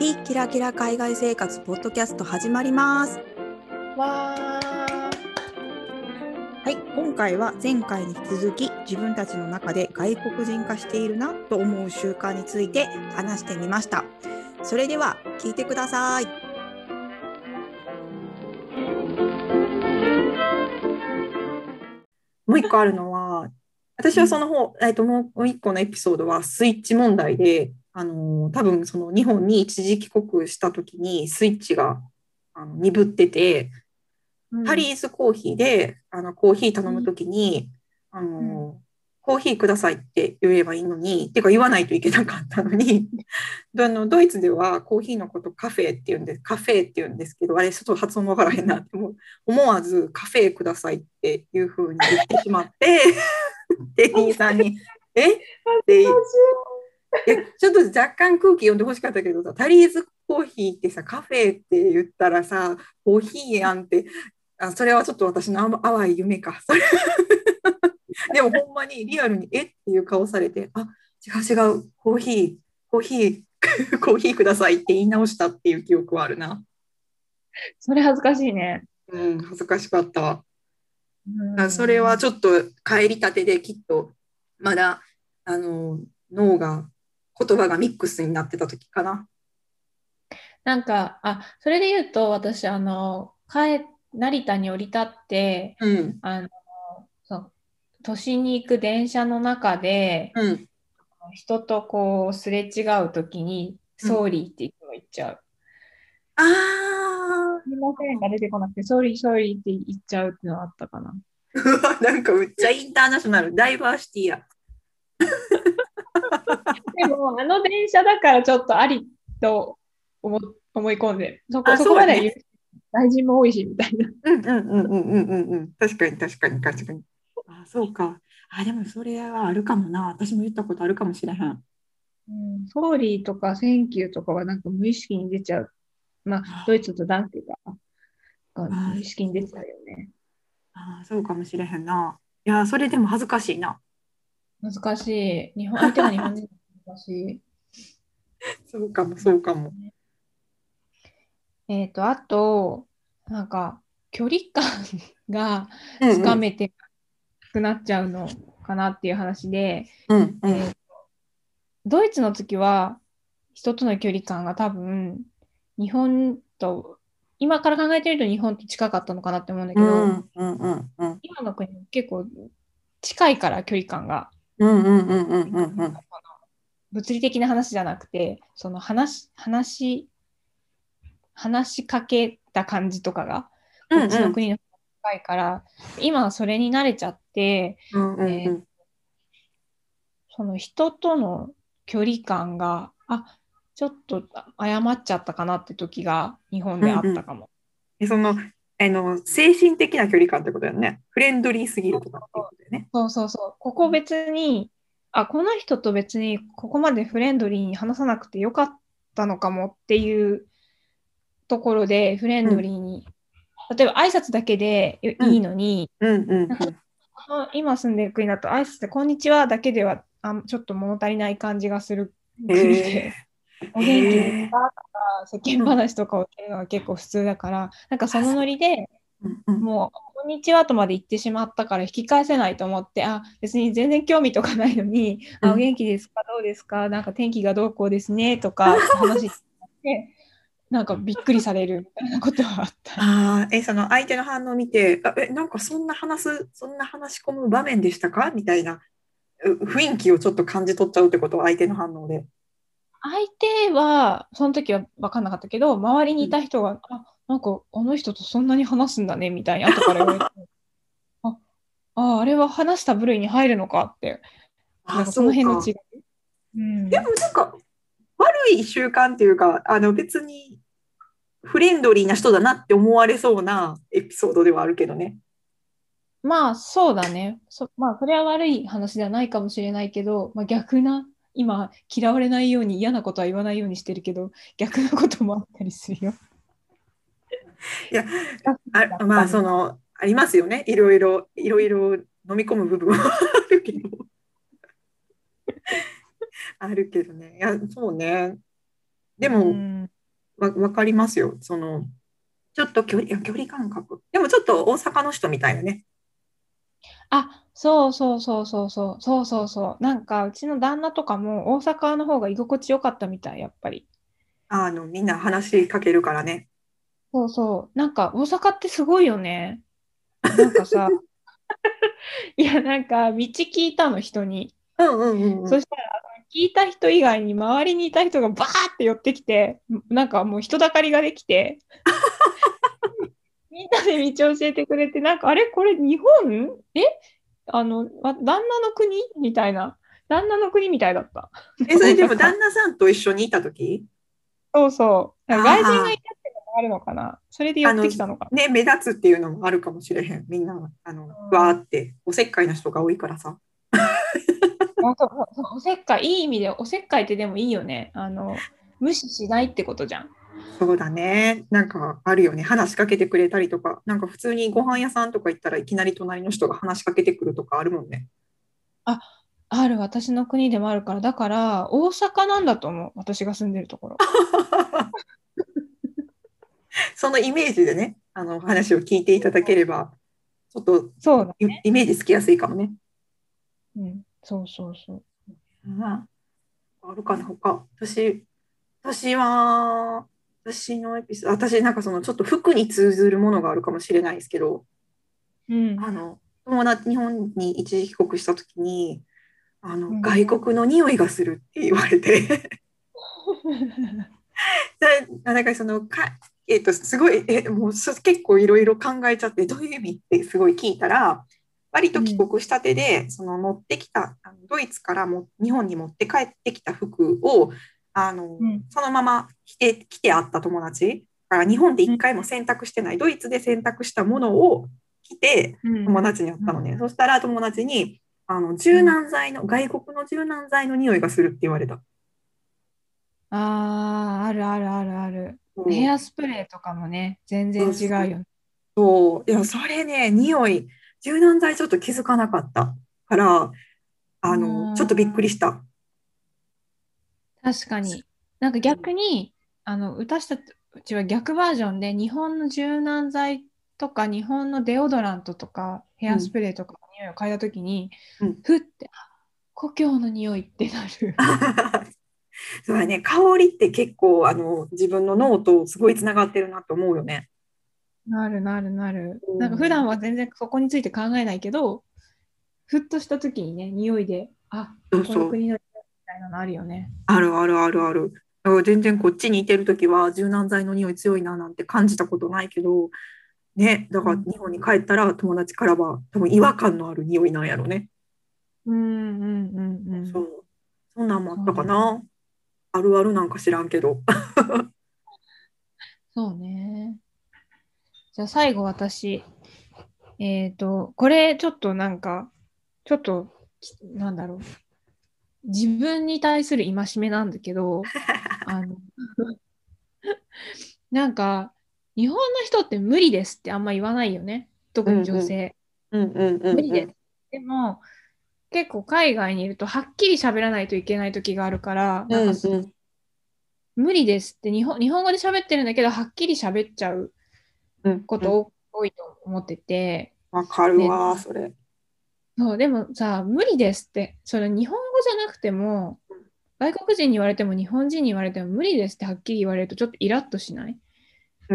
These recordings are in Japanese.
非キラキラ海外生活ポッドキャスト始まります。 わはい、今回は前回に続き自分たちの中で外国人化しているなと思う習慣について話してみました。それでは聞いてください。もう一個あるのは、私はその方、もう一個のエピソードはスイッチ問題で、多分その日本に一時帰国した時にスイッチが鈍ってて、タリーズコーヒーでコーヒー頼むときに、コーヒーくださいって言えばいいのに、てか言わないといけなかったのに、ドイツではコーヒーのことカフェって言うんです、カフェって言うんですけど、あれちょっと発音わからへんなって思わずカフェくださいっていうふうに言ってしまって、店員さんに、えってちょっと若干空気読んでほしかったけどさ、タリーズコーヒーってさ、カフェって言ったらさ、コーヒーやんって、それはちょっと私の淡い夢か。でもほんまにリアルに、えっていう顔されて、あ、違う違う、コーヒー、コーヒー、コーヒーくださいって言い直したっていう記憶はあるな。 それ恥ずかしいね。 うん、恥ずかしかった。それはちょっと帰りたてできっとまだ脳が言葉がミックスになってた時かな。 なんか、それで言うと、私、成田に降り立って、都心に行く電車の中で、人とこう、すれ違うときに、ソーリーっていつも言っちゃう。すみませんが出てこなくて、ソーリー、ソーリーって言っちゃうっていうのはあったかな。 なんか、めっちゃインターナショナル、ダイバーシティや。 でも、電車だからちょっとありと思い込んで、そこまで言う外人も多いしみたいな。 確かに確かに確かに。そうか。でもそれはあるかもな。私も言ったことあるかもしれへん。 ソーリーとかセンキューとかはなんか無意識に出ちゃう。ドイツとダンスが無意識に出ちゃうよね。 そうかもしれへんな。いや、それでも恥ずかしいな。 難しい。相手が日本人難しい。 そうかも、そうかも。 あと、なんか、距離感がつかめてなくなっちゃうのかなっていう話で、ドイツの時は、人との距離感が多分、日本と、今から考えてみると日本と近かったのかなって思うんだけど、今の国結構近いから距離感が。物理的な話じゃなくて、その話しかけた感じとかが、こっちの国の近いから、今はそれに慣れちゃって、その人との距離感が、ちょっと誤っちゃったかなって時が日本であったかも。 その、精神的な距離感ってことだよね。フレンドリーすぎるとかっていうことだよね。 そう。ここ別に、この人と別にここまでフレンドリーに話さなくてよかったのかもっていうところでフレンドリーに、例えば挨拶だけでいいのに、今住んでる国だと挨拶でこんにちはだけではちょっと物足りない感じがする国で、お元気ですかとか世間話とかをするのが結構普通だから、なんかそのノリでもうこんにちはとまで言ってしまったから引き返せないと思って、別に全然興味とかないのに、お元気ですかどうですかなんか天気がどうこうですねとか話してなんかびっくりされるみたいなことはあった。 その相手の反応を見て、なんかそんな話し込む場面でしたかみたいな雰囲気をちょっと感じ取っちゃうってことは相手の反応で。 相手は、その時は分かんなかったけど、周りにいた人が、なんかあの人とそんなに話すんだねみたいに後から言われて、あれは話した部類に入るのかって、なんかその辺の違い。 でもなんか悪い習慣っていうか、別にフレンドリーな人だなって思われそうなエピソードではあるけどね。 そうだね。それは悪い話ではないかもしれないけど、逆な、今、嫌われないように嫌なことは言わないようにしてるけど、逆なこともあったりするよ。 いや、ありますよね。いろいろ飲み込む部分はあるけど。あるけどね。いや、そうね。でも、 わかりますよ。ちょっと距離感覚。でもちょっと大阪の人みたいなね。 あ、そうそうそうそうそう、そうそうそう。なんか、うちの旦那とかも大阪の方が居心地よかったみたい、やっぱり。 みんな話しかけるからね。 そうそう。なんか、大阪ってすごいよね。なんかさ、いや、なんか、道聞いたの、人に。 うんうんうんうん。 そしたら、聞いた人以外に周りにいた人がバーって寄ってきて、なんかもう人だかりができて、みんなで道を教えてくれて、なんか、あれこれ日本旦那の国みたいな。旦那の国みたいだった。 それでも大阪。 旦那さんと一緒にいたときそうそう。外人がいあたってのもあるのかな。それであ、 寄ってきたのか。 ね、目立つっていうのもあるかもしれへん。みんな、わーって、おせっかいな人が多いからさ。 本当おせっかい、いい意味でおせっかいってでもいいよね。無視しないってことじゃん。 そうだね。なんかあるよね。話しかけてくれたりとか、なんか普通にご飯屋さんとか行ったらいきなり隣の人が話しかけてくるとかあるもんね。 あ、ある、私の国でもあるから、だから、大阪なんだと思う。私が住んでるところ。 そのイメージでね、話を聞いていただければ、ちょっとそうだ。 イメージつきやすいかもね。 うん、そうそうそう。 うん、あるかな、他。私は、私のエピソード、私なんかちょっと服に通ずるものがあるかもしれないですけど、 うん。 日本に一時帰国した時に、 うん。 外国の匂いがするって言われてなんかすごい、もう結構いろいろ考えちゃって、どういう意味ってすごい聞いたら、割と帰うん。 国したてで、持ってきた、ドイツからも日本に持って帰ってきた服を、 うん。 そのまま着てあった友達から日本でうん。 一回も洗濯してない、ドイツで洗濯したものを着てうん。 友達に会ったのね。そしたら友達に、 うん外国の柔軟剤の匂いがするって言われた。 ああ、あるあるあるある。ヘアそうスプレーとかもね、全然そうそう。 違うよね。 そう。いや、それね、柔軟剤ちょっと気づかなかったから、ちょっとびっくりした。 確かに。なんか逆に、私たちは逆バージョンで、日本の柔軟剤とか、日本のデオドラントとか、ヘうん。 アスプレーとかの匂いを嗅いだときに、 うん。 ふって、故郷の匂いってなる。 そうだね。香りって結構、自分の脳とすごいつながってるなと思うよね。 なるなるなる。 うなんか普段ん。 は全然そこについて考えないけど、ふっとしたときにね、匂いで、あ、このそうそう。 国の匂いみたいなのあるよね。 あるあるあるある。だから全然こっちにいてるときは柔軟剤の匂い強いななんて感じたことないけど、ね。だうん。 から日本に帰ったら友達からは多分違和感のある匂いなんやろね。 うんうんうんうん。 そう。そんなんもあったかそうね。 な。あるあるなんか知らんけど。 そうね。じゃあ最後私、これちょっとなんか、ちょっと、なんだろう。自分に対する戒めなんだけど、あの、なんか、日本の人って無理ですってあんま言わないよね。特にうんうん。 女性。 うんうんうんうん。 無理です。でも、結構海外にいるとはっきり喋らないといけない時があるから、なんかうんうん。 無理ですって日本語で喋ってるんだけど、はっきり喋っちゃううんうん。 こと多いと思ってて、 わかるね、 わ、それ。 そう、でもさ、無理ですって、それ日本語じゃなくても、外国人に言われても日本人に言われても無理ですってはっきり言われるとちょっとイラッとしない？ うん。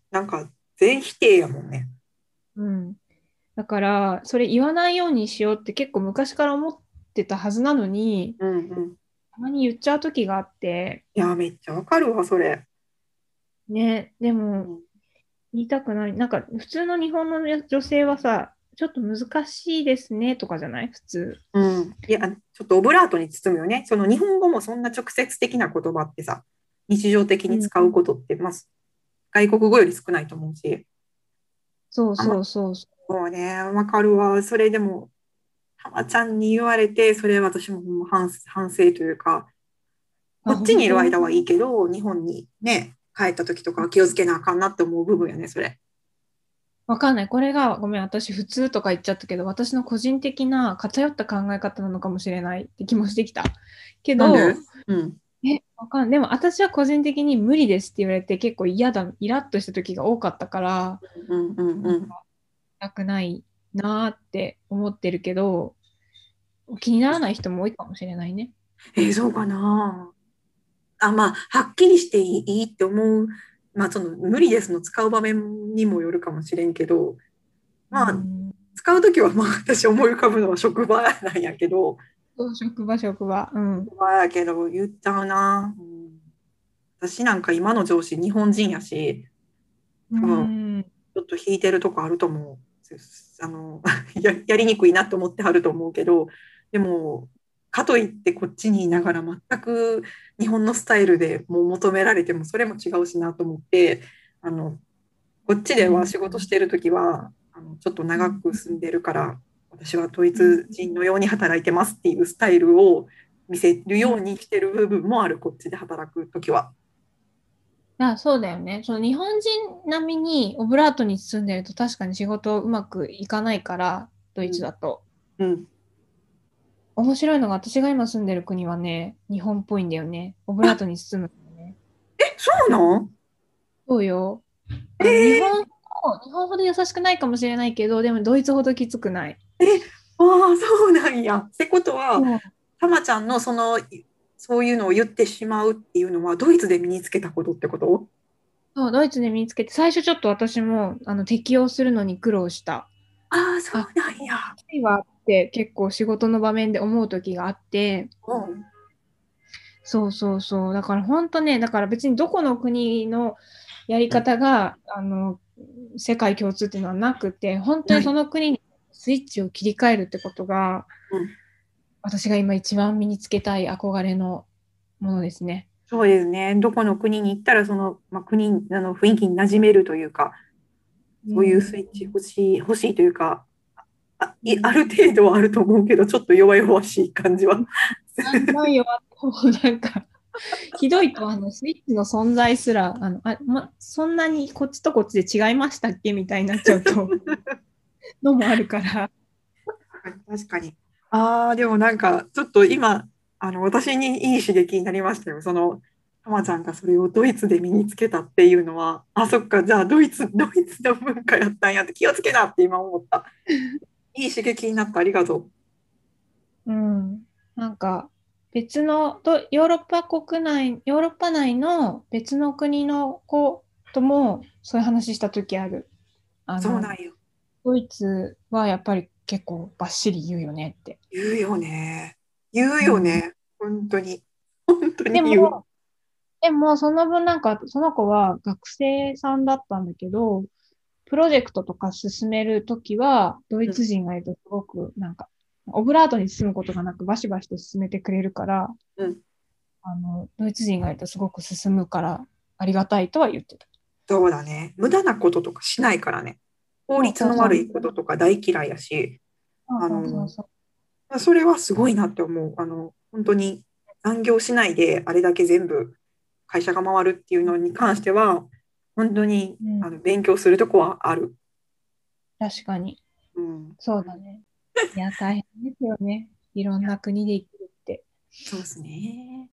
なんか、全否定やもんね。 うん。だから、それ言わないようにしようって結構昔から思ってたはずなのに、 うんうん。 たまに言っちゃう時があって、 いや、めっちゃわかるわ、それ。 ね、でもうん。 言いたくない。なんか普通の日本の女性はさ、ちょっと難しいですねとかじゃない普通。 うん。いや、ちょっとオブラートに包むよね。日本語もそんな直接的な言葉ってさ、日常的うん。 に使うことって、まあ、外国語より少ないと思うし。 そうあ、ま、 そうそうそもうね、わかるわ。それでも、たまちゃんに言われて、それ私もほんま反省というか、 う。あ、 こっちにいる本当？ 間はいいけど、日本にね、帰った時とかは気をつけなあかんなって思う部分やね、それ。 わかんない。これが、ごめん、私普通とか言っちゃったけど、私の個人的な偏った考え方なのかもしれないって気もしてきた。けなんでど、 うん。 わかんない。でも私は個人的に無理ですって言われて結構嫌だ、イラッとした時が多かったから、 うんうんうん。 なくないなーって思ってるけど、気にならない人も多いかもしれないね。 そうかな。まあ、はっきりしていいって思う。まあ、その無理ですの使う場面にもよるかもしれんけど、 うまあ、 ん。 使うときは、まあ、私思い浮かぶのは職場なんやけど、 そう、職場、職場。うん。 職場やけど言っちゃうな。私なんか今の上司日本人やし、 う多分ん。 ちょっと引いてるとこあると思う。やりにくいなと思ってはると思うけど、でも、かといってこっちにいながら全く日本のスタイルでもう求められてもそれも違うしなと思って、あの、こっちではうん。 仕事してるときは、ちょっと長うん。 く住んでるから、私はドイうん。 ツ人のように働いてますっていうスタイルを見せるうん。 ようにしてる部分もある、こっちで働くときは。 そうだよね。その日本人並みにオブラートに包んでると確かに仕事うまくいかないから、ドイツうん。 だと。 うん。 面白いのが私が今住んでる国はね、日本っぽいんだよね。オブラーあ、 トに包むんだよね。 そうなん？ そうよ。 えー、 日本ほど優しくないかもしれないけど、でもドイツほどきつくない。 え、ああ、そうなんや。ってことは、 そう。 たまちゃんのそういうのを言ってしまうっていうのは、ドイツで身につけたことってこと？ そう、ドイツで身につけて、最初ちょっと私も適応するのに苦労した。 ああ、そうあ、 なんや。 きついわって結構仕事の場面で思う時があって、 うん。 そうそうそう。だから本当ね、だから別にどこの国のやり方が、世界共通っていうのはなくて、本当にそない。 の国にスイッチを切り替えるってことが、 うん。 私が今一番身につけたい憧れのものですね。 そうですね。どこの国に行ったら、国の雰囲気に馴染めるというか、そういううん。 スイッチ欲しいというか、あうん。 る程度はあると思うけど、ちょっと弱々しい感じは。 ないよ、なんか、ひどいと、スイッチの存在すら、そんなにこっちとこっちで違いましたっけみたいになっちゃうと、のもあるから。 確かに。でもなんか、ちょっと今、私にいい刺激になりましたよ。たまちゃんがそれをドイツで身につけたっていうのは、そっか、じゃあドイツの文化やったんやって気をつけなって今思った。いい刺激になった。ありがとう。 うん。なんか、別の、ヨーロッパ内の別の国の子ともそういう話したときある。あの、 そうなんよ。 ドイツはやっぱり結構バッシリ言うよねって。 言うよね。言ううん。 よね。本当に。本当に言う。 でも、でもその分なんか、その子は学生さんだったんだけど、プロジェクトとか進めるときは、ドイうん。 ツ人がいるとすごく、なんか、オブラートに進むことがなく、バシバシと進めてくれるから、 うん。 ドイツ人がいるとすごく進むから、ありがたいとは言ってた。 そうだね。無駄なこととかしないからね。効そう率の悪そうそう。 いこととか大嫌いやし、 そうそうそうあの、 そそれはすごいなって思う。本当に残業しないであれだけ全部会社が回るっていうのに関しては、本当にう。うん。 勉強するとこはある。 確かに。 うん。 そうだね。いや、大変ですよね。いろんな国で生きるって。 そうですね。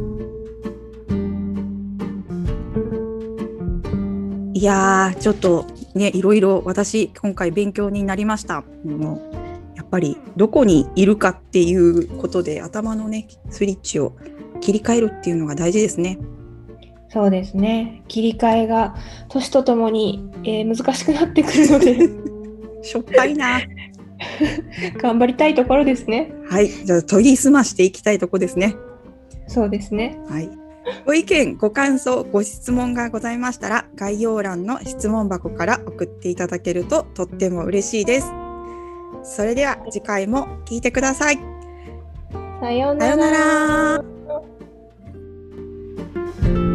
いやー、ちょっとね、いろいろ私、今回勉強になりました。やっぱりどこにいるかっていうことで頭のね、スイッチを切り替えるっていうのが大事ですね。 そうですね。切り替えが年とともに、難しくなってくるのでしょっぱいな。 頑張りたいところですね。 はい、じゃあ研ぎ澄ましていきたいところですね。 そうですね。 はい。ご意見、ご感想、ご質問がございましたら、概要欄の質問箱から送っていただけるととっても嬉しいです。それでは次回も聞いてください。 さようなさようなら。 ら。